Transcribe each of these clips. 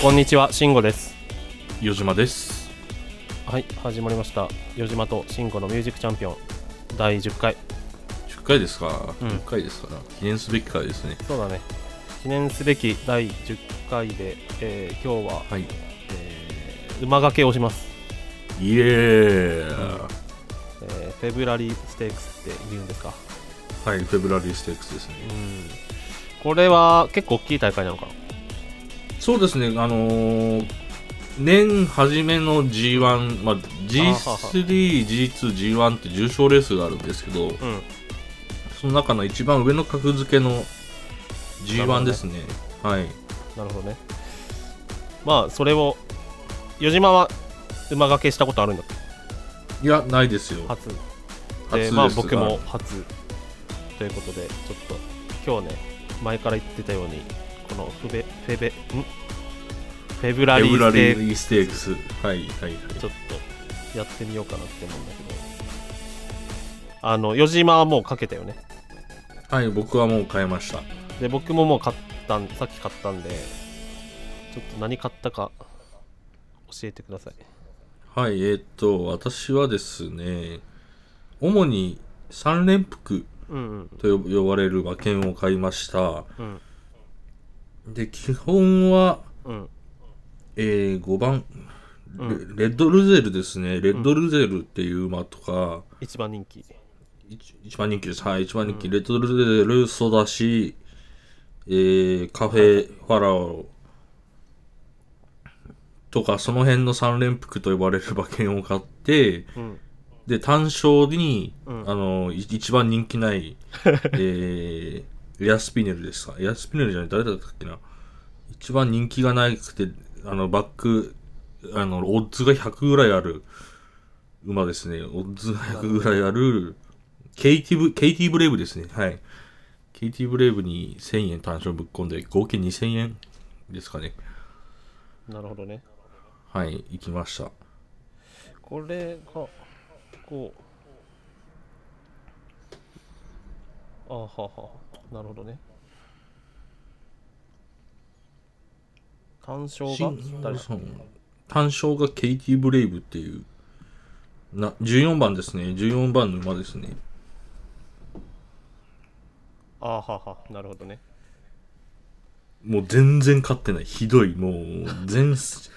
こんにちは、しんごです。 よじまです。 はい、始まりました。よじまとしんごのミュージックチャンピオン第10回。 10回ですか、 10 回ですから記念すべき回ですね。 そうだね。記念すべき第10回で、今日は、 はい、 馬掛けをします。 イエーイ、 フェブラリーステークスって言うんですか。 はい、フェブラリーステークスですね。 これは結構大きい大会なのかな。 そうですね、年初めの G1、まあ、G3、G2、G1 って重賞レースがあるんですけど、その中の一番上の格付けの G1 ですね。はい。 なるほどね。まあそれを余島は馬掛けしたことあるんだっけ？ いや、ないですよ。 初ですまあ僕も初ということで、ちょっと今日ね、前から言ってたようにこのフェブラリーステークス、 はいはいはい、 ちょっとやってみようかなって思うんだけど、余島はもうかけたよね。 はい、僕はもう買いました。 で、僕ももうさっき買ったんで、ちょっと何買ったか教えてください。 はい、私はですね、主に3連複と呼ばれる馬券を買いました。で、基本は、5番、レッドルゼルですね。レッドルゼルっていう馬とか、 一番人気です。はい、一番人気、レッドルゼル、ソダシ、カフェファラオとか、その辺の3連複と呼ばれる馬券を買って、で、単勝に、一番人気ない、エアスピネルですか。エアスピネルじゃない、誰だったっけな。一番人気がなくて、バック、オッズが100ぐらいある馬ですね。オッズが100ぐらいある、ケイティブレイブですね。はい。ケイティブレイブに1000円単勝ぶっ込んで、合計2000円ですかね。 なるほどね。 はい、行きました。 これが、こう、はは、なるほどね。単勝が誰？ 単勝がケイティブレイブっていう14番ですね。14番の馬ですね。 はは、なるほどね。 もう全然勝ってない。ひどい。もう11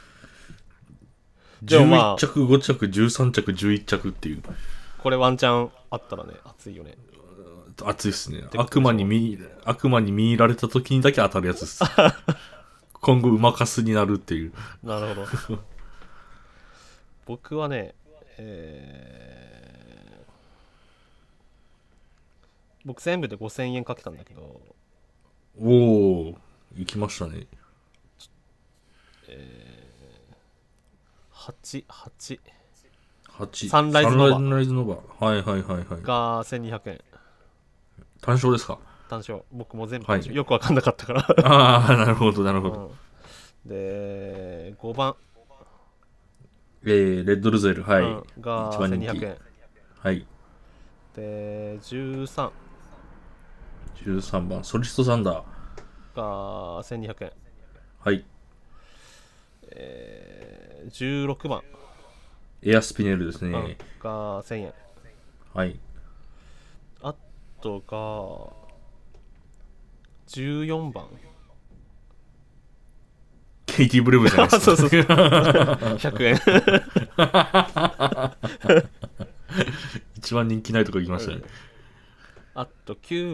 着5着13着11着っていう。 これワンチャンあったらね、熱いよね。 熱いっすね。悪魔に見入られた時にだけ当たるやつです。今後馬かすになるっていう。 なるほど。僕はね、僕全部で5000円かけたんだけど、 おー、行きましたね。 8 サンライズノバはいが1200円。 単勝ですか？ 単勝。僕も全部単勝、よく分かんなかったからああ、なるほど、 で、5番レッドルゼル、はい、 が1200円。 はい。 で、13 番ソリストサンダーが1200円。 はい。 16番エアスピネルですね、 が1000円。 はい。 あとが14番ケイティブレブじゃないですか。 そう100円一番人気ないとこ行きましたね。 あと9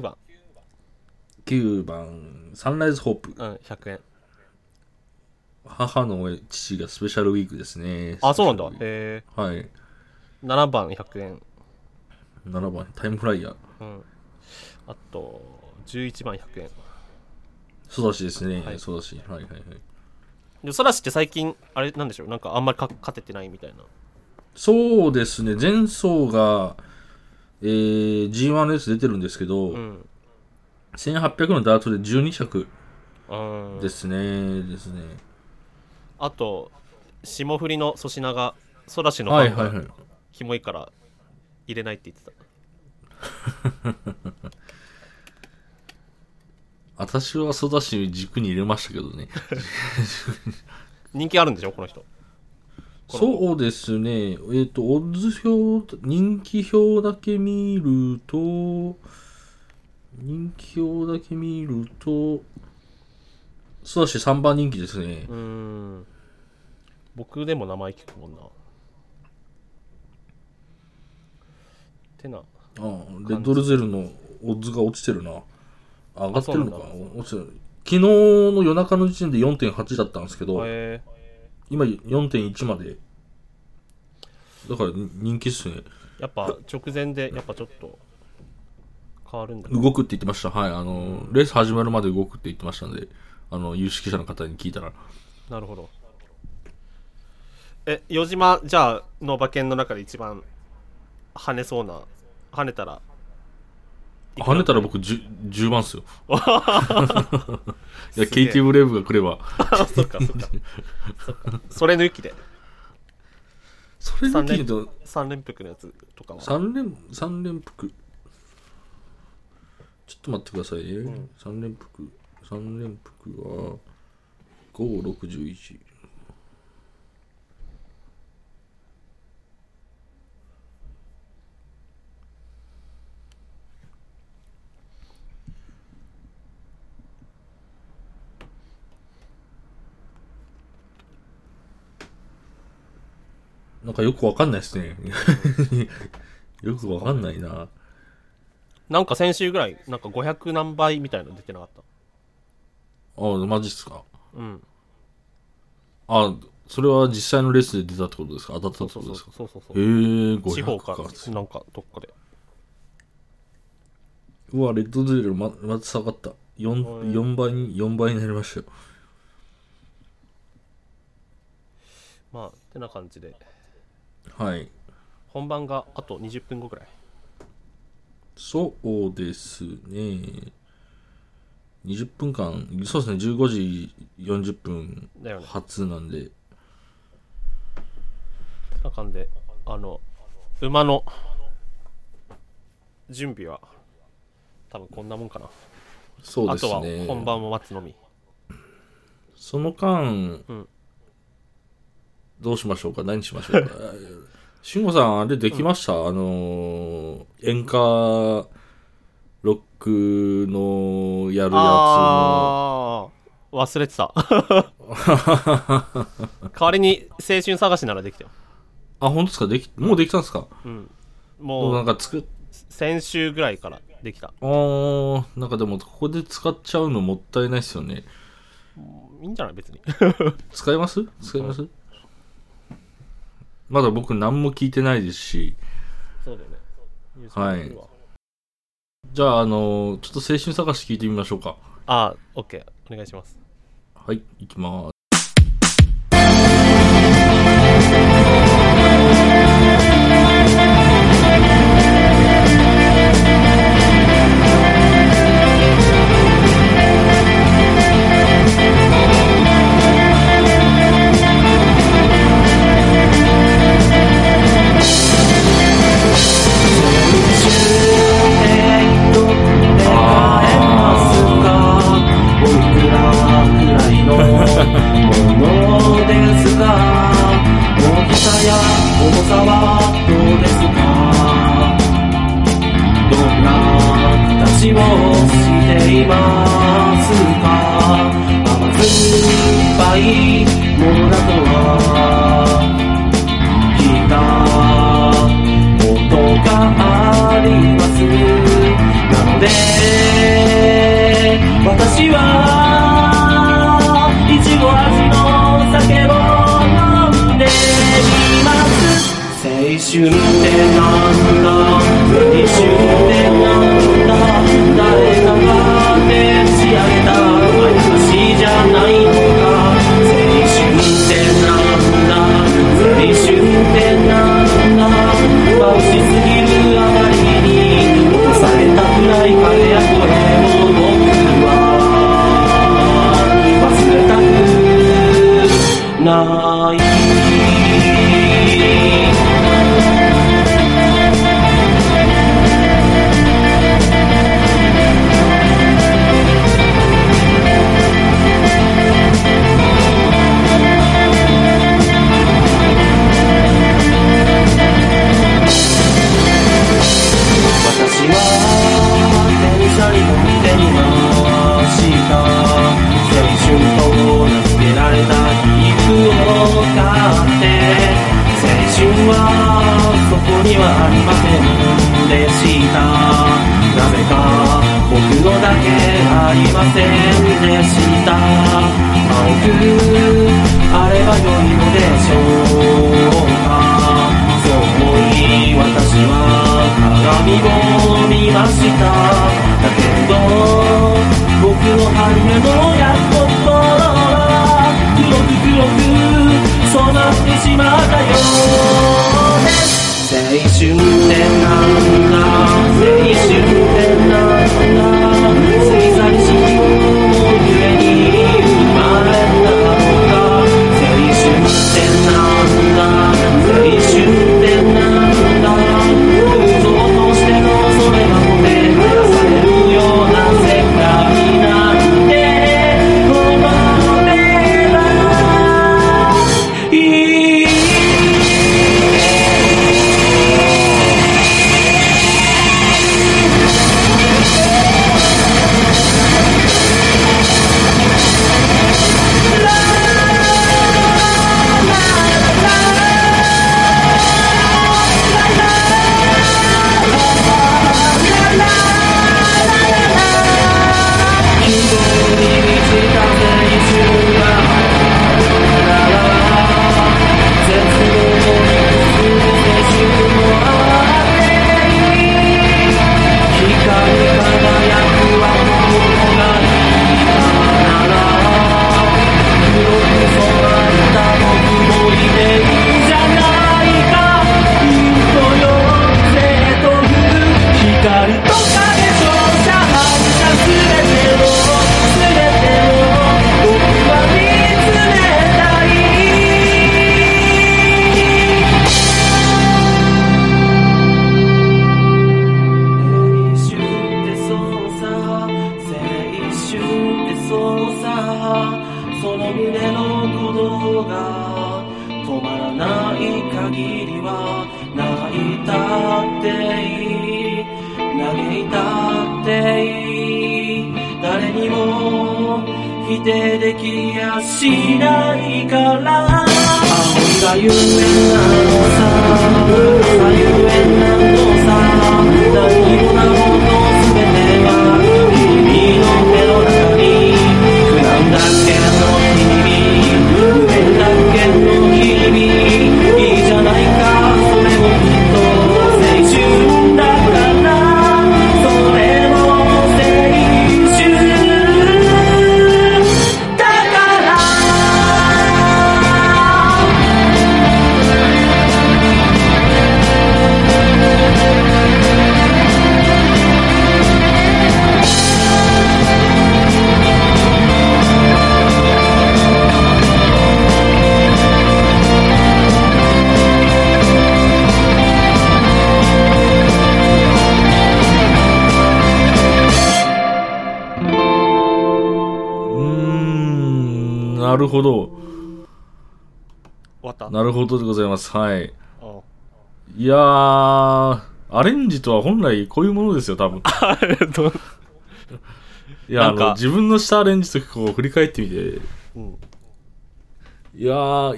番サンライズホープ、 100円。 母の父がスペシャルウィークですね。 あ、そうなんだ。はい。7番100円。 7番タイムフライヤー、 あと11番100円。 ソダシですね。ソダシ、はい。 でソダシって最近あれなんでしょう、なんかあんまり勝ててないみたいな。 そうですね。前走が、G1 レース出てるんですけど、1800のダートで12着ですね。 あと霜降りの粗品がソダシのファンがキモいから入れないって言ってた。 私はソダシ軸に入れましたけどね。 人気あるんでしょこの人。 そうですね。オッズ表、人気表だけ見ると、そうだし3番人気ですね。 僕でも名前聞くもんな。てな。 レッドルゼルのオッズが落ちてるな。上がってるのかな。落ちてる。昨日の夜中の時点で 4.8 だったんですけど、今 4.1 まで。だから人気っすね。 やっぱ直前でやっぱちょっと変わるんだ、 ね、動くって言ってました。はい。レース始まるまで動くって言ってましたんで、有識者の方に聞いたら。 なるほど。余島じゃあの馬券の中で一番跳ねそうな、跳ねたら僕 10番っすよ。いや、ケイティブレーブが来れば。 そっか。それ抜きで。 それ抜きで 3連服のやつとかは。 3連服。ちょっと待ってくださいね。3連服は5、6、11。なんかよくわかんないですね。よくわかんないな。 なんか先週ぐらい、なんか500何倍みたいなの出てなかった？ マジっすか。それは実際のレースで出たってことですか？当たったってことですか？ そう。 500か。 地方か、なんかどっかで。 うわ、レッドゼルまた下がった。4倍になりましたよ。 まあ、ってな感じで。 はい。 本番があと20分後くらい。 そうですね。20分間、そうですね、15時40分発なんで。 な感じで、馬の準備は多分こんなもんかな。 そうですね。 あとは本番を待つのみ。 その間、どうしましょうか？何しましょうか？慎吾さん、あれできました？演歌ロックのやるやつの。 忘れてた。代わりに青春探しならできたよ。 本当ですか？もうできたんですか？ もうなんか先週ぐらいからできた。 なんかでもここで使っちゃうのもったいないですよね。 いいんじゃない別に。 使います？まだ僕何も聞いてないですし。 そうだよね。 はい。じゃあ、ちょっと青春探し聞いてみましょうか。 OK。お願いします。 はい、行きます。 りませんでした。青くあれば良いのでしょうか。そう思い私は鏡を見ました。だけど僕の初めのや心は黒く染まってしまったようです。青春ってなんだ、青春ってなんだ、過ぎ去りしきもゆえに生まれたのか。青春ってなんだ、青春ってなんだ、偶像としてのそれがもてはやされるような世界なんて思えばいい。否定できやしないから青いがゆえなのさ朝ゆえなのさ何もなものすべては君の手の中に苦難だけの日々無縁だけの日々いいじゃないかそれもきっと青春だからそれも青春なるほど。 終わった。 なるほどでございます。はい。いやー、アレンジとは本来こういうものですよ、多分。いや、自分のしたアレンジとこう振り返ってみて。うん、いや、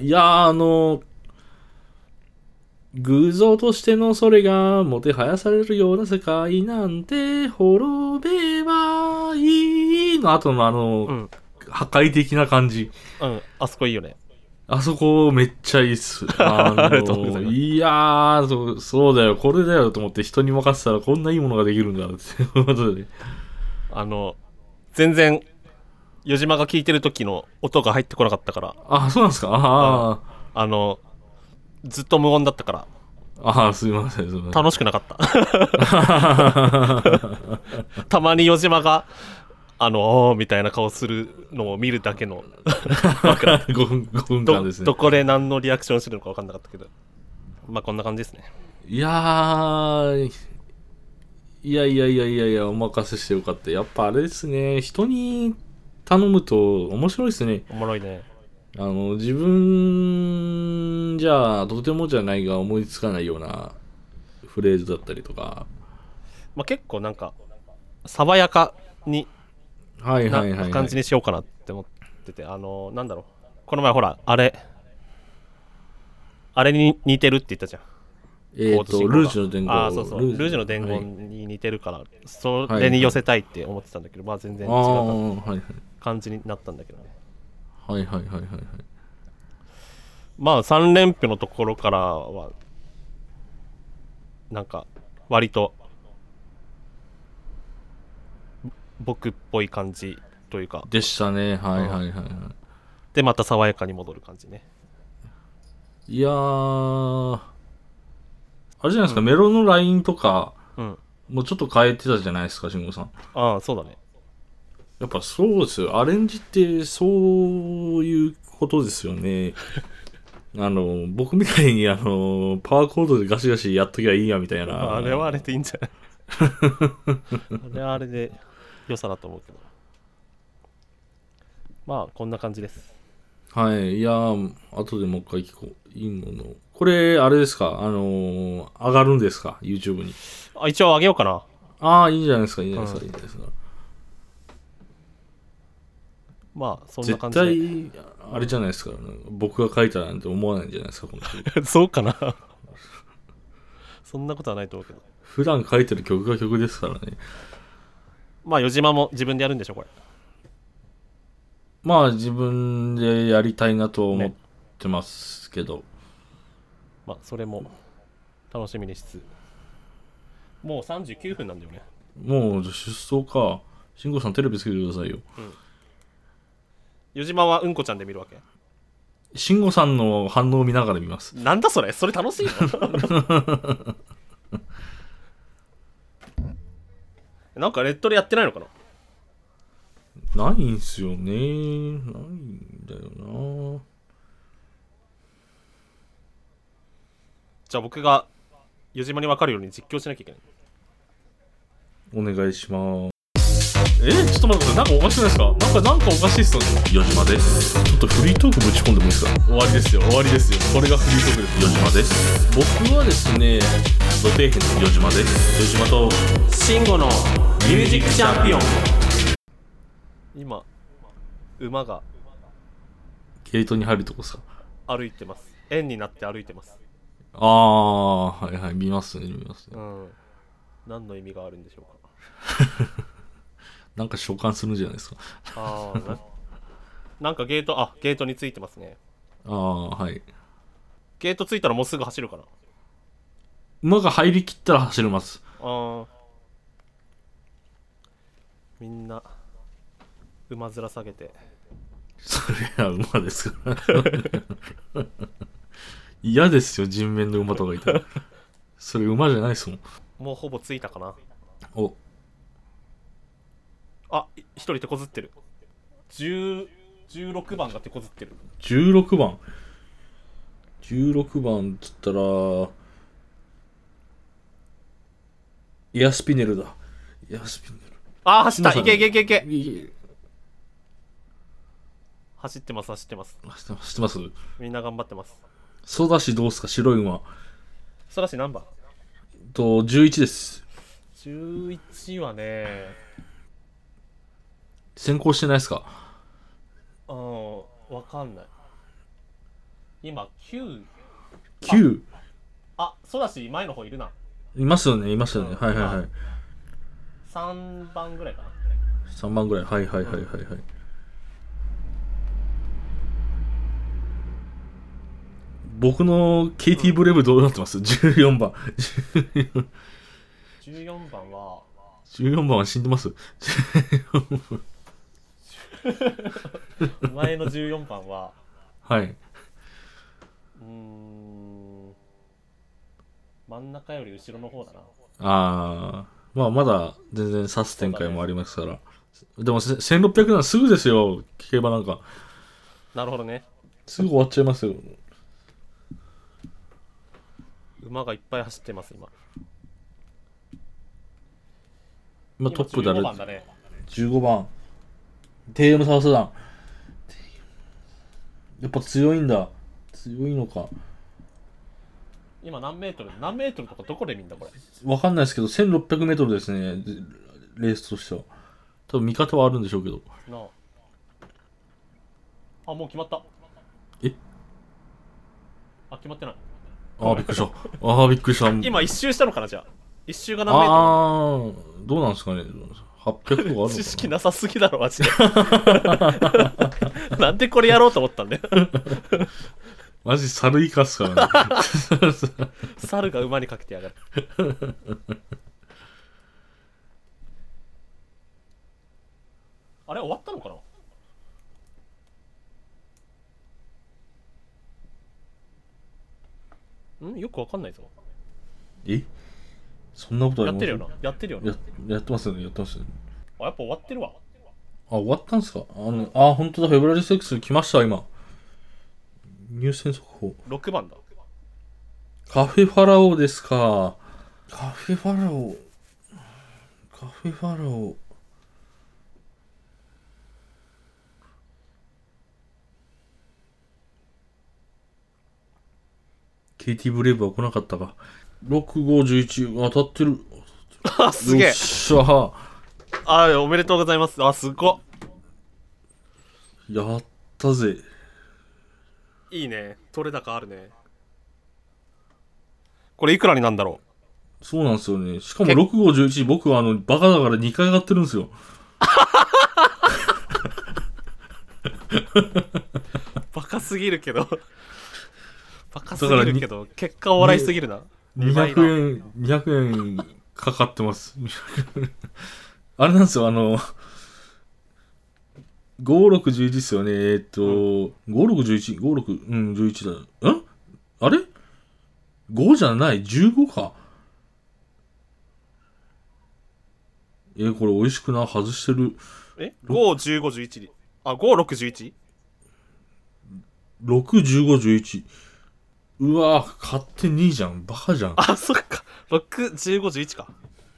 偶像としてのそれがもてはやされるような世界なんて滅べばいいの後のうん、破壊的な感じ。 うん、あそこいいよね。 あそこめっちゃいいっす。いやー、そうだよ、これだよと思って人に任せたらこんないいものができるんだってことで。 全然、余島が聞いてる時の音が入ってこなかったから。 あ、そうなんですか。 ずっと無音だったから。 すいません。 楽しくなかった。たまに余島が、みたいな顔するのを見るだけの 5分間ですね。 どこで何のリアクションしてるのか分かんなかったけど。まあこんな感じですね。 いや、お任せしてよかった。やっぱあれですね、人に頼むと面白いですね。 おもろいね。 自分じゃとてもじゃないが思いつかないようなフレーズだったりとか、 まあ、結構なんか爽やかに感じにしようかなって思ってて、なんだろう、この前ほらあれに似てるって言ったじゃん。 ルージュの伝言。 あ、そうそう、ルージュの伝言に似てるから、それに寄せたいって思ってたんだけど、まあ全然違った感じになったんだけどね。 はいはいはいはいはい。 まあ3連符のところからはなんか割と僕っぽい感じというかでしたね。はいはいはい、はい。 でまた爽やかに戻る感じね。 いやー、あれじゃないですか、メロのラインとか、もうちょっと変えてたじゃないですか、慎吾さん。 ああ、そうだね。 やっぱそうですよ。アレンジってそういうことですよね。僕みたいにパワーコードでガシガシやっときゃいいやみたいな。 あれはあれでいいんじゃないあれはあれで良さだと思うけど。まあこんな感じです。 はい。いやー、後でもう一回聞こう。いいもの。これ、あれですか上がるんですか ?YouTube に。 あ、一応上げようかな。 ああ、いいじゃないですか、いいじゃないですか、いいじゃないですか。 まあ、そんな感じで。 絶対、あれじゃないですか。僕が書いたなんて思わないんじゃないですか、このそうかなそんなことはないと思うけど。 普段書いてる曲が曲ですからね。 まあ、余島も自分でやるんでしょ、これ。 まあ、自分でやりたいなと思ってますけど。ね、 まあ、それも楽しみにしつつ。もう39分なんだよね。 もう出走か。慎吾さんテレビつけてくださいよ。 余島はうんこちゃんで見るわけ？ 慎吾さんの反応を見ながら見ます。 なんだそれ？それ楽しいの？なんかレッドでやってないのかな？ないんすよね。ないんだよな。 じゃあ僕が余島に分かるように実況しなきゃいけない。 お願いします。 ちょっと待ってください。なんかおかしくないですか？なんかおかしいっすよね。 余島です。ちょっとフリートークぶち込んでもいいですか？ 終わりですよ、終わりですよ。これがフリートークです。 余島です。僕はですね、土底辺の余島です。余島と慎吾のミュージックチャンピオン。今馬がゲートに入るとこさ歩いてます。円になって歩いてます。 ああ、はいはい、見ますね、見ますね。 何の意味があるんでしょうか。 なんか召喚するんじゃないですか。 なんかゲートについてますね。 はい。 ゲートついたらもうすぐ走るかな。 馬が入りきったら走れます。 みんな馬面下げて。 それは馬ですから嫌ですよ、人面の馬とかいたら。それ馬じゃないですもん。 もうほぼついたかな。 お、 一人手こずってる。16番が手こずってる。 16番っつったらエアスピネルだ。エアスピネル。 走った。いけ。走ってます。 走ってます。 みんな頑張ってます。 ソダシどうすか？白い馬。 ソダシ何番 ？11です。 11はね、 先行してないですか？ わかんない。今9。ソダシ前の方いるな。 いますよね。はいはいはい。 3番ぐらいかな。 3番ぐらい。はい。僕の KT ブレブどうなってます？ 14 番。 14番は 14番は死んでます。 前の14番ははい。 真ん中より後ろの方だな。 まあまだ全然指す展開もありますから。でも1600なんすぐですよ。競馬なんか。 なるほどね。 すぐ終わっちゃいますよ。 馬がいっぱい走ってます今。 今トップ誰？ 15番だね。 15番。TM サウスダン。やっぱ強いんだ。強いのか。 今何メートルとかどこで見んだこれ。 わかんないですけど、1600メートルですね。レースとしては。多分見方はあるんでしょうけど。 もう決まった。 決まってない。 ああ、びっくりした。ああ、びっくりした。 今一周したのかな、じゃあ。一周が何メートル？ああ、どうなんですかね。800とかあるのかな。 知識なさすぎだろ、マジで。なんでこれやろうと思ったんだよ。 マジ猿イカっすからね。 猿が馬にかけてやがる。あれ終わったのかな？よくわかんないぞ。 え、そんなことあります？ やってるよな。やってるよな。 やってますよね。やってますよね。 あ、やっぱ終わってるわ。 あ、終わったんすか？本当だ、フェブラリー6来ました、今。入選速報。 6番だ。 カフェファラオですか。カフェファラオ。カフェファラオ。KT ブレイブは来なかったか。6、5、11当たってる。 あ、すげえ。 よっしゃ。 あ、おめでとうございます。あ、すっご。 やったぜ。 いいね。取れ高あるね。これいくらになんだろう。そうなんですよね。しかも6、5、11、僕はバカだから2回上がってるんですよ。 バカすぎるけど。バカすぎるけど、結果お笑いすぎるな。 200円かかってます。あれなんですよ、5、6、11ですよね。5、6、11、5、6、11だ。あれ ?5 じゃない、15か。これ美味しくな、外してる。 5、15、11。あ、5、6、11？ 6、15、11。うわぁ、買って2じゃん。バカじゃん。 あ、そっか。6、15、11か。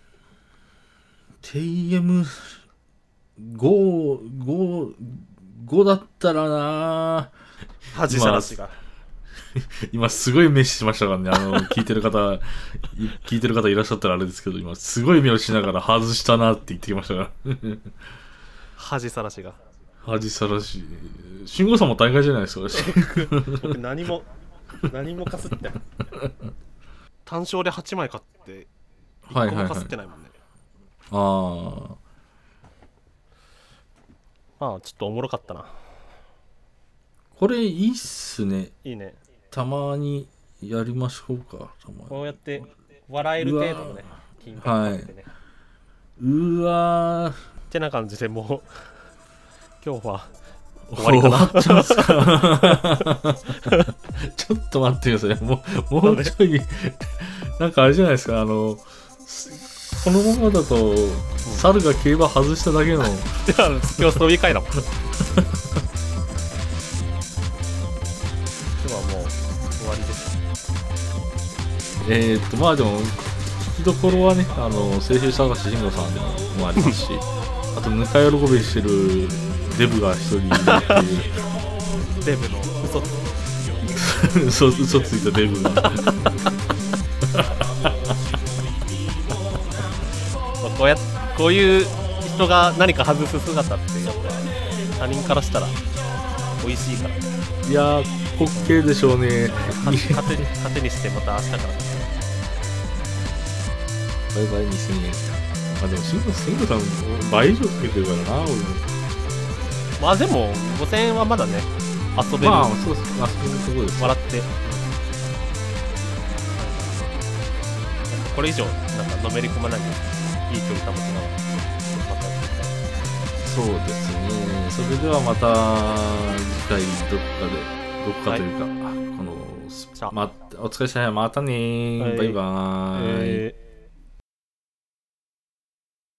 TM5、5だったらなぁ。 恥さらしが。 今すごい目しましたからね。聞いてる方いらっしゃったらあれですけど、今すごい目をしながら外したなって言ってきましたから。 恥さらしが。 恥さらし。慎吾さんも大会じゃないですか。 僕何もかすって単勝で8枚買って1個もかすってないもんね。まあちょっとおもろかったな。 これいいっすね。 いいね。 たまにやりましょうか。 こうやって笑える程度のね金額買ってね。 うわーってな感じでもう今日は終わりかな。 終わっちゃうんすか。ちょっと待ってください。もうちょいなんかあれじゃないですか。このままだと猿が競馬外しただけの。 今日そういう回だもん。今日はもう終わりです。 まあでも聞きどころはね、青春探し慎吾さんもありますし、あとぬか喜びしてるデブが一人いるっていう。 デブの嘘ついたデブが。 こういう人が何か外す姿ってやっぱ他人からしたら美味しいから。 いやー滑稽でしょうね。 糧にしてまた明日から。 バイバイ2000円。まあでも慎吾さん倍以上つけてるからな、俺も。 まあでも5000円はまだね遊べる。 まあそうです。遊べるところです。 笑って。これ以上なんかのめり込まないでいい距離保ちながらまた。 そうですね。それではまた次回どこかというか、お疲れ様、またねー、バイバーイ。